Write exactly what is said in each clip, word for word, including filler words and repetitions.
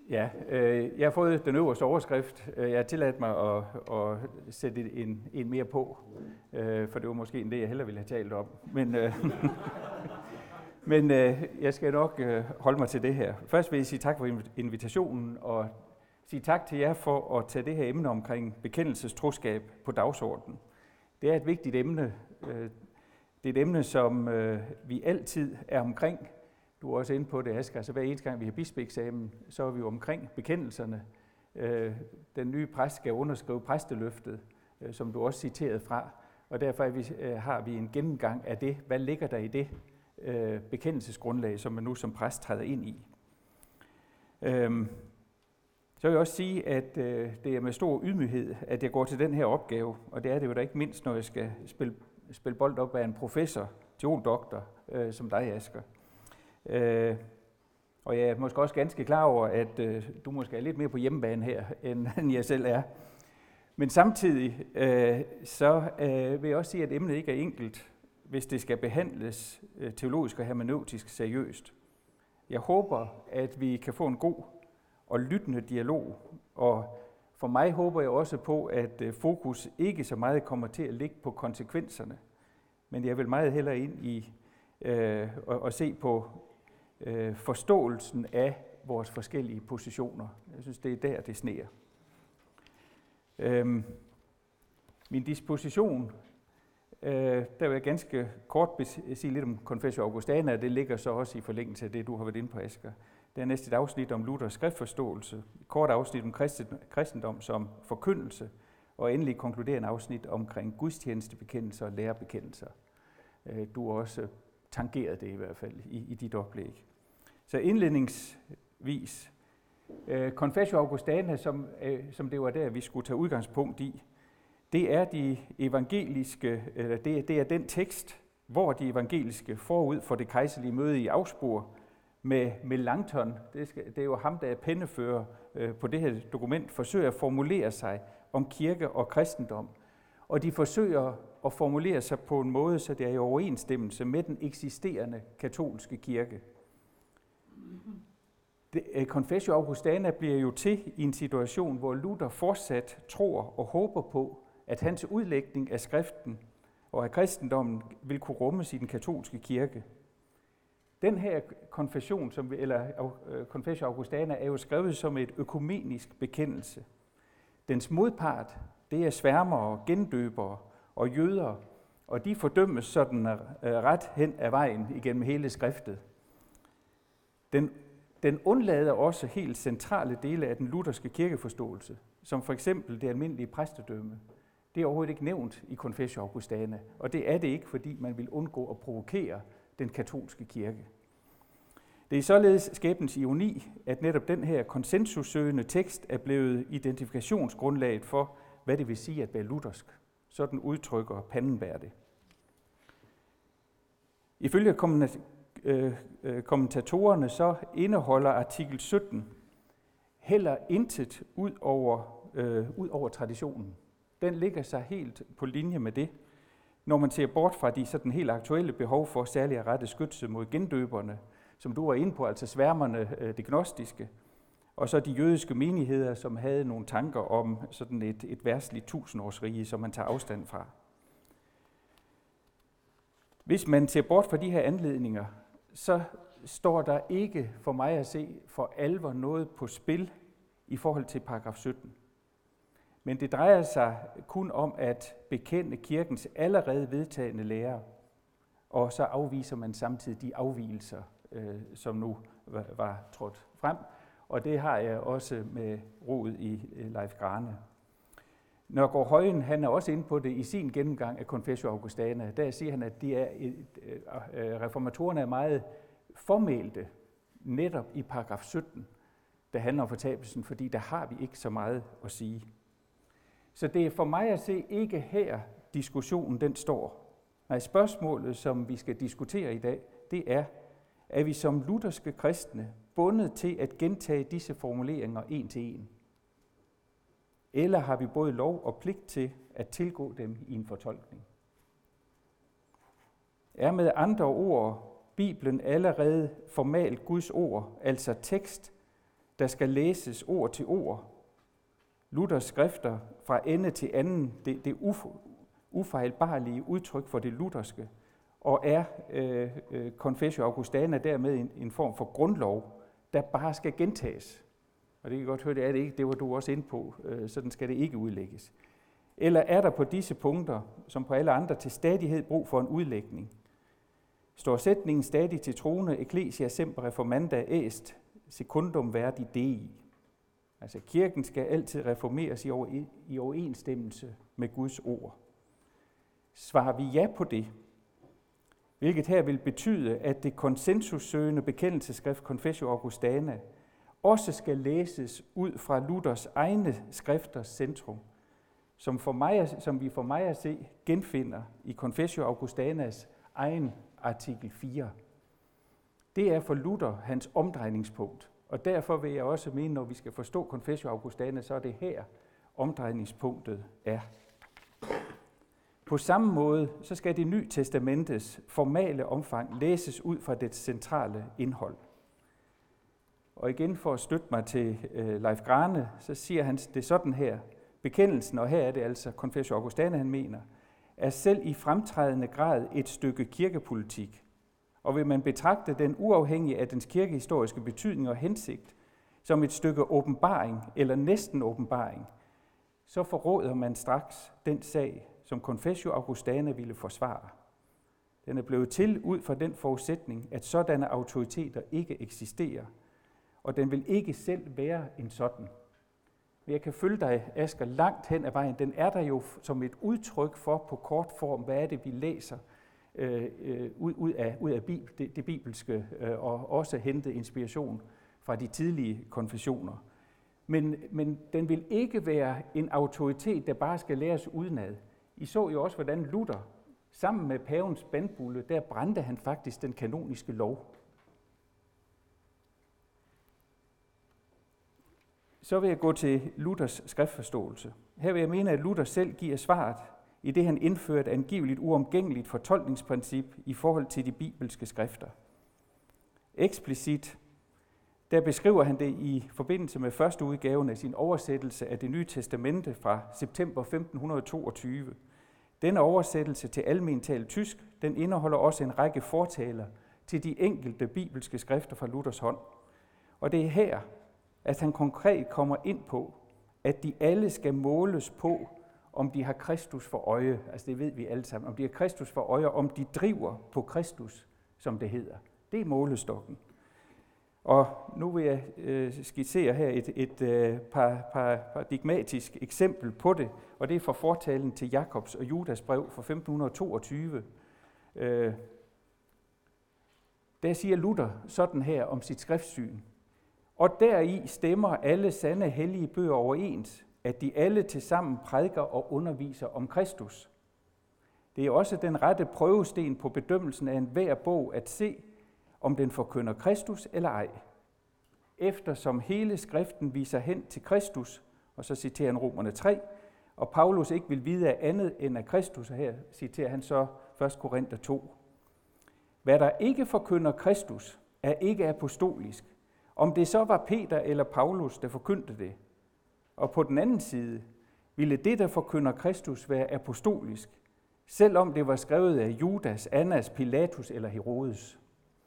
Ja, øh, jeg har fået den øverste overskrift. Jeg har tilladt mig at, at sætte en, en mere på, øh, for det var måske en det, jeg hellere ville have talt om. Men, øh, men øh, jeg skal nok øh, holde mig til det her. Først vil jeg sige tak for invitationen, og sige tak til jer for at tage det her emne omkring bekendelsestroskab på dagsordenen. Det er et vigtigt emne. Det er et emne, som øh, vi altid er omkring. Du er også inde på det, Asger. Så hver eneste gang, vi har bispeeksamen, så er vi jo omkring bekendelserne. Øh, den nye præst skal underskrive præsteløftet, øh, som du også citerede fra. Og derfor er vi, øh, har vi en gennemgang af det. Hvad ligger der i det øh, bekendelsesgrundlag, som man nu som præst træder ind i? Øh, så vil jeg også sige, at øh, det er med stor ydmyghed, at jeg går til den her opgave. Og det er det jo da ikke mindst, når jeg skal spille, spille bold op af en professor, teologdoktor, øh, som dig, Asger. Øh, og jeg er måske også ganske klar over, at øh, du måske er lidt mere på hjemmebane her, end, end jeg selv er. Men samtidig øh, så øh, vil jeg også sige, at emnet ikke er enkelt, hvis det skal behandles øh, teologisk og hermeneutisk seriøst. Jeg håber, at vi kan få en god og lyttende dialog, og for mig håber jeg også på, at øh, fokus ikke så meget kommer til at ligge på konsekvenserne, men jeg vil meget hellere ind i øh, og, og se på øh, forståelsen af vores forskellige positioner. Jeg synes, det er der, det sneer. Øhm, min disposition, øh, der vil jeg ganske kort sige lidt om Confessio Augustana, og det ligger så også i forlængelse af det, du har været inde på, Asger. Det er næste et afsnit om Luthers skriftforståelse, et kort afsnit om kristendom som forkyndelse, og endelig konkluderende afsnit omkring gudstjenestebekendelse og lærebekendelser. Du har også tangeret det i hvert fald i, i dit oplæg. Så indledningsvis, uh, Confessio Augustana, som, uh, som det var der, vi skulle tage udgangspunkt i, det er de evangeliske, eller det, det er den tekst, hvor de evangeliske forud for det kejserlige møde i Augsburg med Melanchthon, det, skal, det er jo ham, der er pennefører uh, på det her dokument, forsøger at formulere sig om kirke og kristendom. Og de forsøger at formulere sig på en måde, så det er i overensstemmelse med den eksisterende katolske kirke. Confessio Augustana bliver jo til i en situation, hvor Luther fortsat tror og håber på, at hans udlægning af skriften og af kristendommen vil kunne rummes i den katolske kirke. Den her konfession, som vi, eller Confessio Augustana, er jo skrevet som et økumenisk bekendelse. Dens modpart, det er sværmere, gendøbere og jøder, og de fordømmes sådan ret hen ad vejen igennem hele skriftet. Den, den undlader også helt centrale dele af den lutherske kirkeforståelse, som for eksempel det almindelige præstedømme. Det er overhovedet ikke nævnt i Confessio Augustana, og det er det ikke, fordi man vil undgå at provokere den katolske kirke. Det er således skæbnens ironi, at netop den her konsensussøgende tekst er blevet identifikationsgrundlaget for, hvad det vil sige at være luthersk. Sådan udtrykker Pannenberg det. Ifølge kommentatorerne så indeholder artikel sytten heller intet ud over, øh, ud over traditionen. Den ligger sig helt på linje med det, når man ser bort fra de sådan helt aktuelle behov for særlig at rette skytset mod gendøberne, som du var inde på, altså sværmerne, øh, det gnostiske, og så de jødiske menigheder, som havde nogle tanker om sådan et, et verdsligt tusindårsrige, som man tager afstand fra. Hvis man ser bort fra de her anledninger, så står der ikke for mig at se for alvor noget på spil i forhold til paragraf sytten. Men det drejer sig kun om at bekende kirkens allerede vedtagne lære, og så afviser man samtidig de afvigelser, øh, som nu var, var trådt frem. Og det har jeg også med rod i Leif Grane. Nørgaard Højen, han er også inde på det i sin gennemgang af Confessio Augustana. Der siger han, at de er, reformatorerne er meget formælte netop i paragraf sytten, der handler om fortabelsen, fordi der har vi ikke så meget at sige. Så det er for mig at se ikke her diskussionen den står. Nej, spørgsmålet, som vi skal diskutere i dag, det er, er vi som lutherske kristne bundet til at gentage disse formuleringer en til en? Eller har vi både lov og pligt til at tilgå dem i en fortolkning? Er med andre ord Bibelen allerede formalt Guds ord, altså tekst, der skal læses ord til ord. Luthers skrifter fra ende til anden, det, det uf, ufejlbarlige udtryk for det lutherske, og er øh, øh, Confessio Augustana dermed en, en form for grundlov, der bare skal gentages. Og det kan godt høre, det er det ikke, det var du også inde på, øh, sådan skal det ikke udlægges. Eller er der på disse punkter, som på alle andre, til stadighed brug for en udlægning? Står sætningen stadig til troende, Ecclesia semper reformanda est, secundum verdi Dei. Altså kirken skal altid reformeres i, over, i overensstemmelse med Guds ord. Svarer vi ja på det, hvilket her vil betyde, at det konsensussøgende bekendelsesskrift Confessio Augustana også skal læses ud fra Luthers egne skrifters centrum, som, for mig, som vi for mig at se genfinder i Confessio Augustanas egen artikel fire. Det er for Luther hans omdrejningspunkt, og derfor vil jeg også mene, når vi skal forstå Confessio Augustana, så er det her omdrejningspunktet er. På samme måde så skal det Nye Testamentes formale omfang læses ud fra dets centrale indhold. Og igen for at støtte mig til øh, Leif Grane, så siger han det sådan her. Bekendelsen, og her er det altså Confessio Augustana, han mener, er selv i fremtrædende grad et stykke kirkepolitik. Og vil man betragte den uafhængig af dens kirkehistoriske betydning og hensigt som et stykke åbenbaring eller næsten åbenbaring, så forråder man straks den sag, som Confessio Augustana ville forsvare. Den er blevet til ud fra den forudsætning, at sådanne autoriteter ikke eksisterer, og den vil ikke selv være en sådan. Men jeg kan følge dig, Asger, langt hen ad vejen. Den er der jo som et udtryk for på kort form, hvad er det, vi læser øh, øh, ud, ud af, ud af bibel, det, det bibelske, øh, og også hente inspiration fra de tidlige konfessioner. Men, men den vil ikke være en autoritet, der bare skal læres udenad. I så jo også, hvordan Luther, sammen med pavens bandbulle, der brændte han faktisk den kanoniske lov. Så vil jeg gå til Luthers skriftforståelse. Her vil jeg mene, at Luther selv giver svaret, i det han indførte angiveligt uomgængeligt fortolkningsprincip i forhold til de bibelske skrifter. Eksplicit, der beskriver han det i forbindelse med første udgaven af sin oversættelse af det Nye Testamente fra september femten toogtyve. Denne oversættelse til almentalt tysk, den indeholder også en række fortaler til de enkelte bibelske skrifter fra Luthers hånd. Og det er her, at han konkret kommer ind på, at de alle skal måles på, om de har Kristus for øje. Altså det ved vi alle sammen. Om de har Kristus for øje, om de driver på Kristus, som det hedder. Det er målestokken. Og nu vil jeg øh, skitsere her et, et øh, par, par, paradigmatisk eksempel på det, og det er fra fortalen til Jakobs og Judas brev fra femten toogtyve. Øh, der siger Luther sådan her om sit skriftsyn. Og deri stemmer alle sande hellige bøger overens, at de alle tilsammen prædiker og underviser om Kristus. Det er også den rette prøvesten på bedømmelsen af enhver bog at se, om den forkynder Kristus eller ej. Eftersom hele skriften viser hen til Kristus, og så citerer han Romerne tre, og Paulus ikke vil vide af andet end af Kristus, og her citerer han så første Korinther to. Hvad der ikke forkynder Kristus, er ikke apostolisk. Om det så var Peter eller Paulus, der forkyndte det. Og på den anden side ville det, der forkynder Kristus, være apostolisk, selvom det var skrevet af Judas, Annas, Pilatus eller Herodes.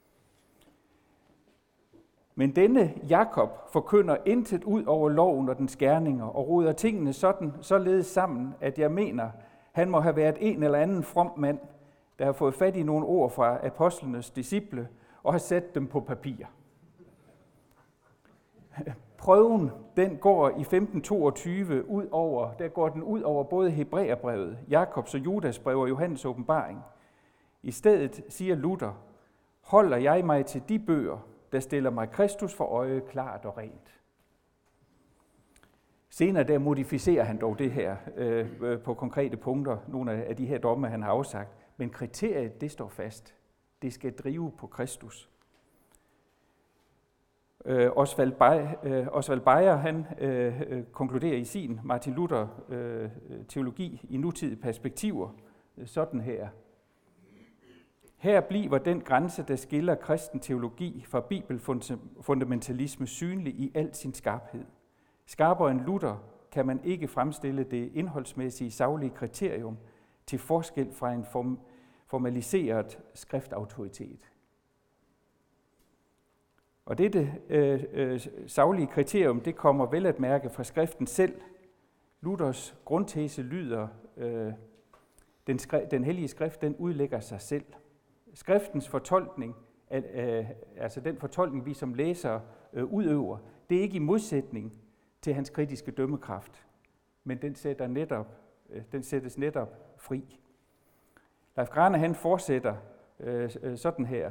Men denne Jakob forkynder intet ud over loven og dens gerninger og roder tingene sådan, således sammen, at jeg mener, han må have været en eller anden from mand, der har fået fat i nogle ord fra apostlenes disciple og har sat dem på papir. Prøven, den går i femten toogtyve ud over, der går den ud over både Hebræerbrevet, Jakobs og Judas brev og Johannes åbenbaring. I stedet siger Luther, holder jeg mig til de bøger, der stiller mig Kristus for øje klart og rent. Senere der modificerer han dog det her øh, på konkrete punkter, nogle af de her domme, han har afsagt. Men kriteriet, det står fast. Det skal drive på Kristus. Øh, Oswald, Bayer, øh, Oswald Bayer, han øh, konkluderer i sin Martin Luther øh, teologi i nutidige perspektiver, øh, sådan her. Her bliver den grænse, der skiller kristen teologi fra bibelfundamentalisme, synlig i al sin skarphed. Skarpere end Luther kan man ikke fremstille det indholdsmæssige saglige kriterium til forskel fra en form, formaliseret skriftautoritet. Og dette øh, øh, saglige kriterium, det kommer vel at mærke fra skriften selv. Luthers grundtese lyder, øh, den, skri- den hellige skrift, den udlægger sig selv. Skriftens fortolkning, øh, altså den fortolkning, vi som læsere øh, udøver, det er ikke i modsætning til hans kritiske dømmekraft, men den, sætter netop, øh, den sættes netop fri. Leif Grane, han fortsætter øh, sådan her.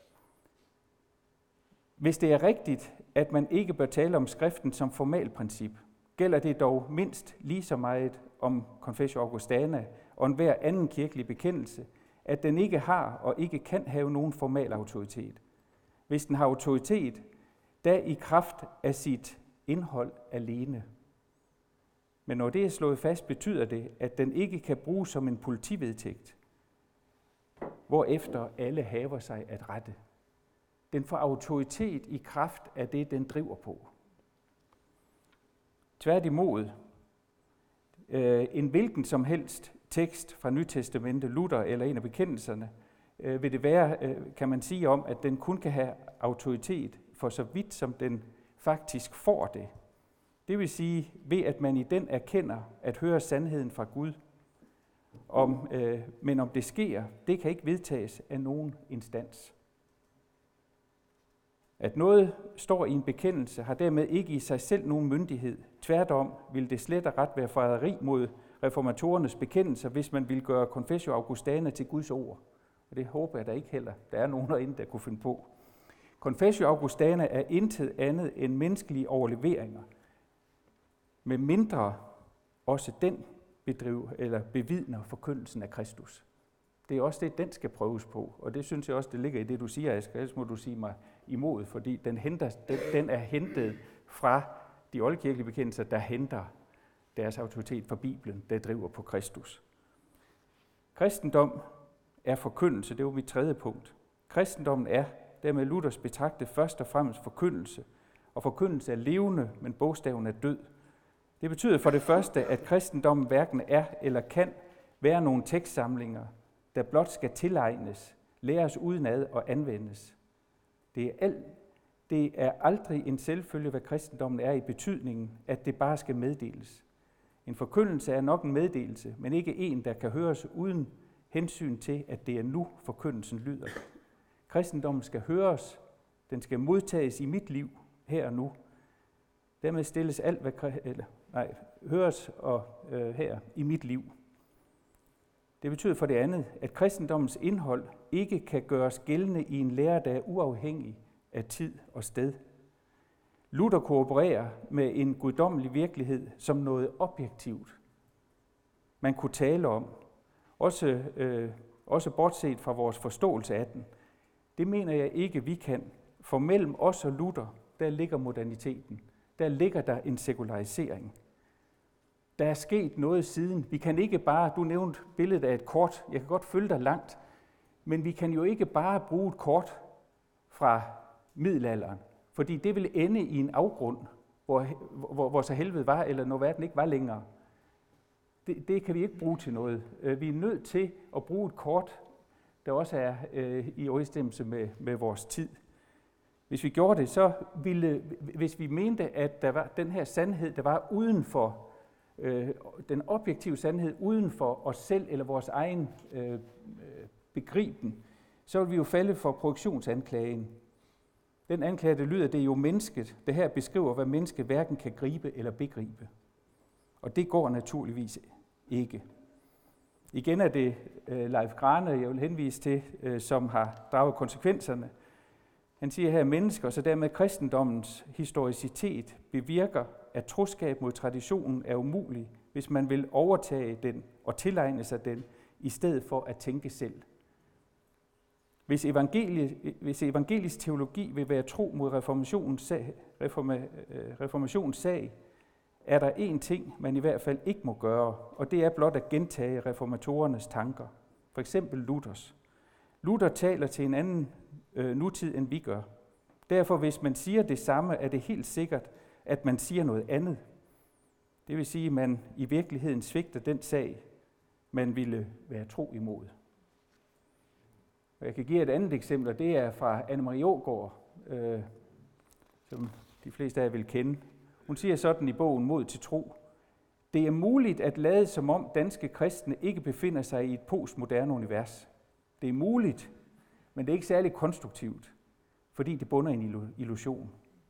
Hvis det er rigtigt, at man ikke bør tale om skriften som formalprincip, gælder det dog mindst lige så meget om Confessio Augustana og enhver anden kirkelig bekendelse, at den ikke har og ikke kan have nogen formal autoritet. Hvis den har autoritet, da i kraft af sit indhold alene. Men når det er slået fast, betyder det, at den ikke kan bruges som en politivedtægt, hvorefter alle haver sig at rette. Den får autoritet i kraft af det, den driver på. Tværtimod, øh, en hvilken som helst tekst fra Nytestamentet, Luther eller en af bekendelserne, øh, vil det være, øh, kan man sige om, at den kun kan have autoritet for så vidt, som den faktisk får det. Det vil sige, ved at man i den erkender at høre sandheden fra Gud. Om, øh, men om det sker, det kan ikke vedtages af nogen instans. At noget står i en bekendelse, har dermed ikke i sig selv nogen myndighed. Tværtom vil det slet og ret være forræderi mod reformatorernes bekendelser, hvis man vil gøre Confessio Augustana til Guds ord. Og det håber jeg da ikke heller. Der er nogen derinde, der kunne finde på. Confessio Augustana er intet andet end menneskelige overleveringer, med mindre også den bedriver eller bevidner forkyndelsen af Kristus. Det er også det, den skal prøves på, og det synes jeg også, det ligger i det, du siger, Asger, ellers må du sige mig imod, fordi den, henter, den, den er hentet fra de oldkirkelige bekendelser, der henter deres autoritet fra Bibelen, der driver på Kristus. Kristendom er forkyndelse, det var mit tredje punkt. Kristendommen er dermed Luthers betragtet først og fremmest forkyndelse, og forkyndelse er levende, men bogstaven er død. Det betyder for det første, at kristendommen hverken er eller kan være nogle tekstsamlinger, der blot skal tilegnes, læres udenad og anvendes. Det er, al, det er aldrig en selvfølge, hvad kristendommen er i betydningen, at det bare skal meddeles. En forkyndelse er nok en meddelelse, men ikke en, der kan høres uden hensyn til, at det er nu forkyndelsen lyder. Kristendommen skal høres, den skal modtages i mit liv, her og nu. Dermed stilles alt, hvad eller, nej, høres og øh, her i mit liv. Det betyder for det andet, at kristendommens indhold ikke kan gøres gældende i en lære, der er uafhængig af tid og sted. Luther koopererer med en guddommelig virkelighed som noget objektivt, man kunne tale om, også, øh, også bortset fra vores forståelse af den. Det mener jeg ikke, vi kan, for mellem os og Luther, der ligger moderniteten. Der ligger der en sekularisering. Der er sket noget siden. Vi kan ikke bare, du nævnte billedet af et kort, jeg kan godt følge dig langt, men vi kan jo ikke bare bruge et kort fra middelalderen, fordi det vil ende i en afgrund, hvor, hvor, hvor så helvede var, eller når verden ikke var længere. Det, det kan vi ikke bruge til noget. Vi er nødt til at bruge et kort, der også er øh, i overensstemmelse med, med vores tid. Hvis vi gjorde det, så ville, hvis vi mente, at der var den her sandhed, der var uden for, øh, den objektive sandhed uden for os selv eller vores egen øh, begriben, så ville vi jo falde for projektionsanklagen. Den anklage, der lyder, det er jo mennesket. Det her beskriver, hvad mennesket hverken kan gribe eller begribe. Og det går naturligvis ikke. Igen er det øh, Leif Grane, jeg vil henvise til, øh, som har draget konsekvenserne. Han siger her, at mennesker, så dermed kristendommens historicitet, bevirker, at troskab mod traditionen er umulig, hvis man vil overtage den og tilegne sig den, i stedet for at tænke selv. Hvis, evangelie, hvis evangelisk teologi vil være tro mod reformationens sag, reforma, reformationens sag, er der én ting, man i hvert fald ikke må gøre, og det er blot at gentage reformatorernes tanker. For eksempel Luthers. Luther taler til en anden øh, nutid, end vi gør. Derfor, hvis man siger det samme, er det helt sikkert, at man siger noget andet. Det vil sige, at man i virkeligheden svigter den sag, man ville være tro imod. Og jeg kan give et andet eksempel, og det er fra Anne-Marie Aagaard, øh, som de fleste af jer vil kende. Hun siger sådan i bogen Mod til tro: det er muligt at lade som om danske kristne ikke befinder sig i et postmoderne univers. Det er muligt, men det er ikke særlig konstruktivt, fordi det bunder i en illusion.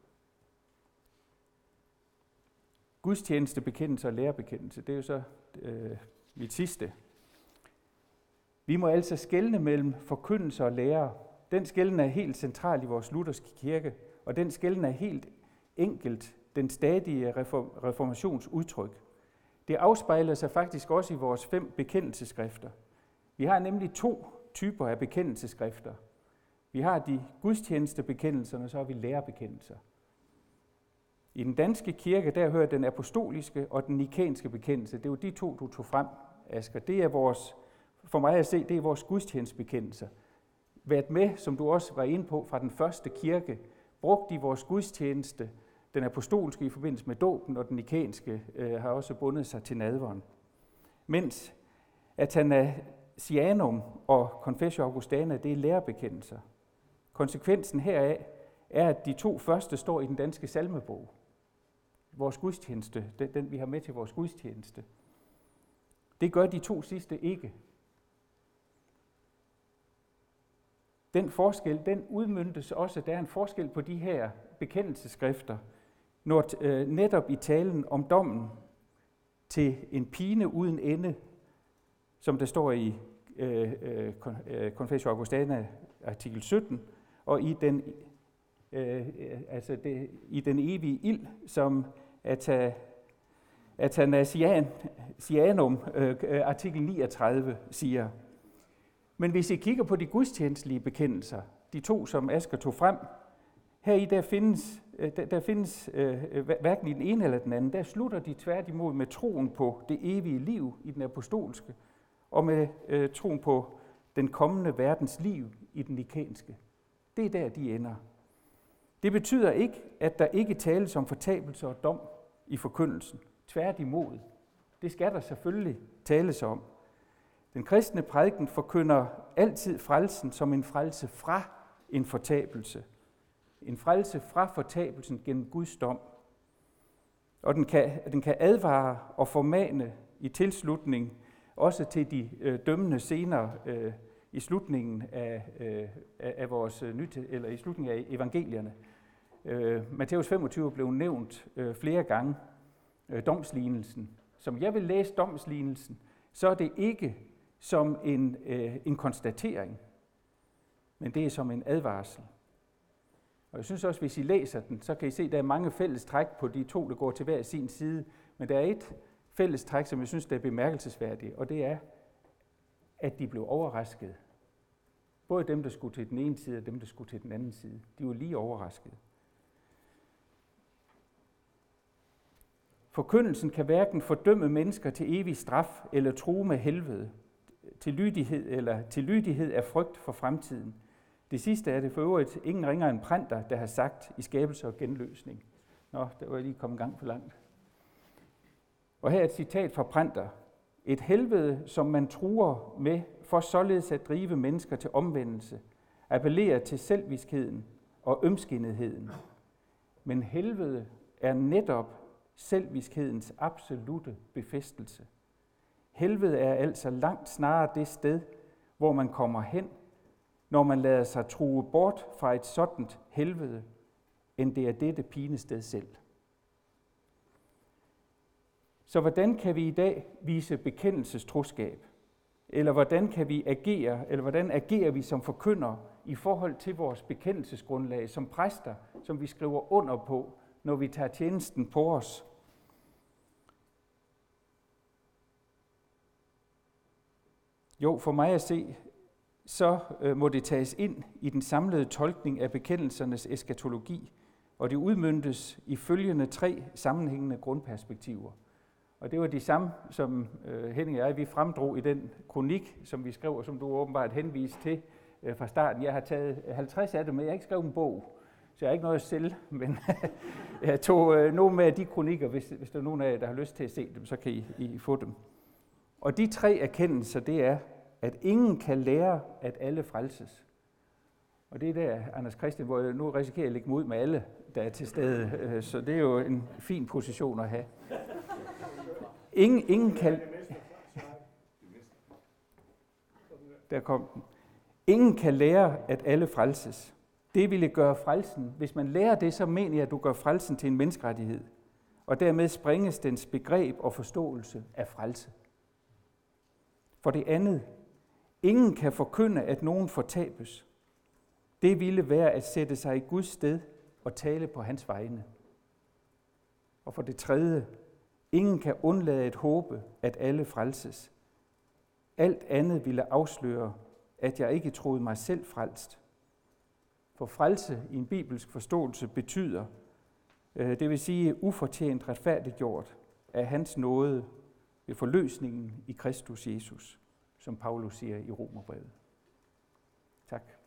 Gudstjeneste, bekendelse og lærebekendelse, det er jo så øh, mit sidste. Vi må altså skelne mellem forkyndelse og lære. Den skelnen er helt central i vores lutherske kirke, og den skelnen er helt enkelt den stadige reformationsudtryk. Det afspejler sig faktisk også i vores fem bekendelsesskrifter. Vi har nemlig to typer af bekendelsesskrifter. Vi har de gudstjenestebekendelser, og så har vi lærebekendelser. I den danske kirke, der hører den apostoliske og den nikanske bekendelse. Det er jo de to, du tog frem, Asger. Det er vores, for mig at se, det er vores gudstjenestebekendelser. Været med, som du også var inde på, fra den første kirke, brugt i vores gudstjeneste. Den apostolske i forbindelse med dåben, og den nikanske øh, har også bundet sig til nadveren. Mens Athanasianum og Confessio Augustana, det er lærebekendelser. Konsekvensen heraf er, at de to første står i den danske salmebog. Vores gudstjeneste, den, den vi har med til vores gudstjeneste. Det gør de to sidste ikke. Den forskel, den udmøntes også. Der er en forskel på de her bekendelsesskrifter, når øh, netop i talen om dommen til en pine uden ende, som der står i øh, øh, Confessio Augustana artikel sytten, og i den, øh, altså det, i den evige ild, som Athanasianum øh, artikel niogtredive siger. Men hvis I kigger på de gudstjenestelige bekendelser, de to, som Asger tog frem, heri der findes, der, der findes øh, hverken i den ene eller den anden, der slutter de tværtimod med troen på det evige liv i den apostolske, og med øh, troen på den kommende verdens liv i den nikanske. Det er der, de ender. Det betyder ikke, at der ikke tales om fortabelse og dom i forkyndelsen. Tværtimod. Det skal der selvfølgelig tales om. Den kristne prædiken forkynder altid frelsen som en frelse fra en fortabelse. En frelse fra fortabelsen gennem Guds dom. Og den kan, den kan advare og formane i tilslutning også til de øh, dømmende scener øh, i slutningen af, øh, af vores nyt, eller i slutningen af evangelierne. Øh, Matthæus femogtyve blev nævnt øh, flere gange, øh, domslignelsen. Som jeg vil læse domslignelsen, så er det ikke som en, øh, en konstatering, men det er som en advarsel. Og jeg synes også, hvis I læser den, så kan I se, at der er mange fælles træk på de to, der går til hver sin side. Men der er et fælles træk, som jeg synes, der er bemærkelsesværdigt, og det er, at de blev overrasket. Både dem, der skulle til den ene side, og dem, der skulle til den anden side. De var lige overrasket. Forkyndelsen kan hverken fordømme mennesker til evig straf, eller true med helvede, til lydighed eller til lydighed af frygt for fremtiden. Det sidste er det for øvrigt ingen ringer end Printer, der har sagt i Skabelse og Genløsning. Nå, der var jeg lige kommet en gang for langt. Og her er et citat fra Printer. Et helvede, som man truer med, for således at drive mennesker til omvendelse, appellerer til selvviskheden og ømskinnetheden. Men helvede er netop selvviskhedens absolute befæstelse. Helvede er altså langt snarere det sted, hvor man kommer hen, når man lader sig true bort fra et sådant helvede, end det er dette pinested selv. Så hvordan kan vi i dag vise bekendelsestroskab? Eller hvordan kan vi agere, eller hvordan agerer vi som forkyndere i forhold til vores bekendelsesgrundlag som præster, som vi skriver under på, når vi tager tjenesten på os? Jo, for mig at se, så øh, må det tages ind i den samlede tolkning af bekendelsernes eskatologi, og det udmøntes i følgende tre sammenhængende grundperspektiver. Og det var de samme, som øh, Henning og jeg vi fremdrog i den kronik, som vi skrev, og som du åbenbart henviste til øh, fra starten. Jeg har taget halvtreds af dem, men jeg har ikke skrevet en bog, så jeg har ikke noget at sælge, men jeg tog øh, nogle af de kronikker, hvis, hvis der er nogen af jer, der har lyst til at se dem, så kan I, I få dem. Og de tre erkendelser, det er, at ingen kan lære, at alle frelses. Og det er der, Anders Christian, hvor jeg nu risikerer jeg at lægge mig ud med alle, der er til stede. Så det er jo en fin position at have. Ingen, ingen kan... Der kom den. Ingen kan lære, at alle frelses. Det ville gøre frelsen. Hvis man lærer det, så mener jeg, at du gør frelsen til en menneskerettighed. Og dermed springes dens begreb og forståelse af frelse. For det andet, ingen kan forkynde, at nogen fortabes. Det ville være at sætte sig i Guds sted og tale på hans vegne. Og for det tredje, ingen kan undlade at håbe, at alle frelses. Alt andet ville afsløre, at jeg ikke troede mig selv frelst. For frelse i en bibelsk forståelse betyder, det vil sige ufortjent retfærdiggjort af hans nåde ved forløsningen i Kristus Jesus, som Paulus siger i Romerbrevet. Tak.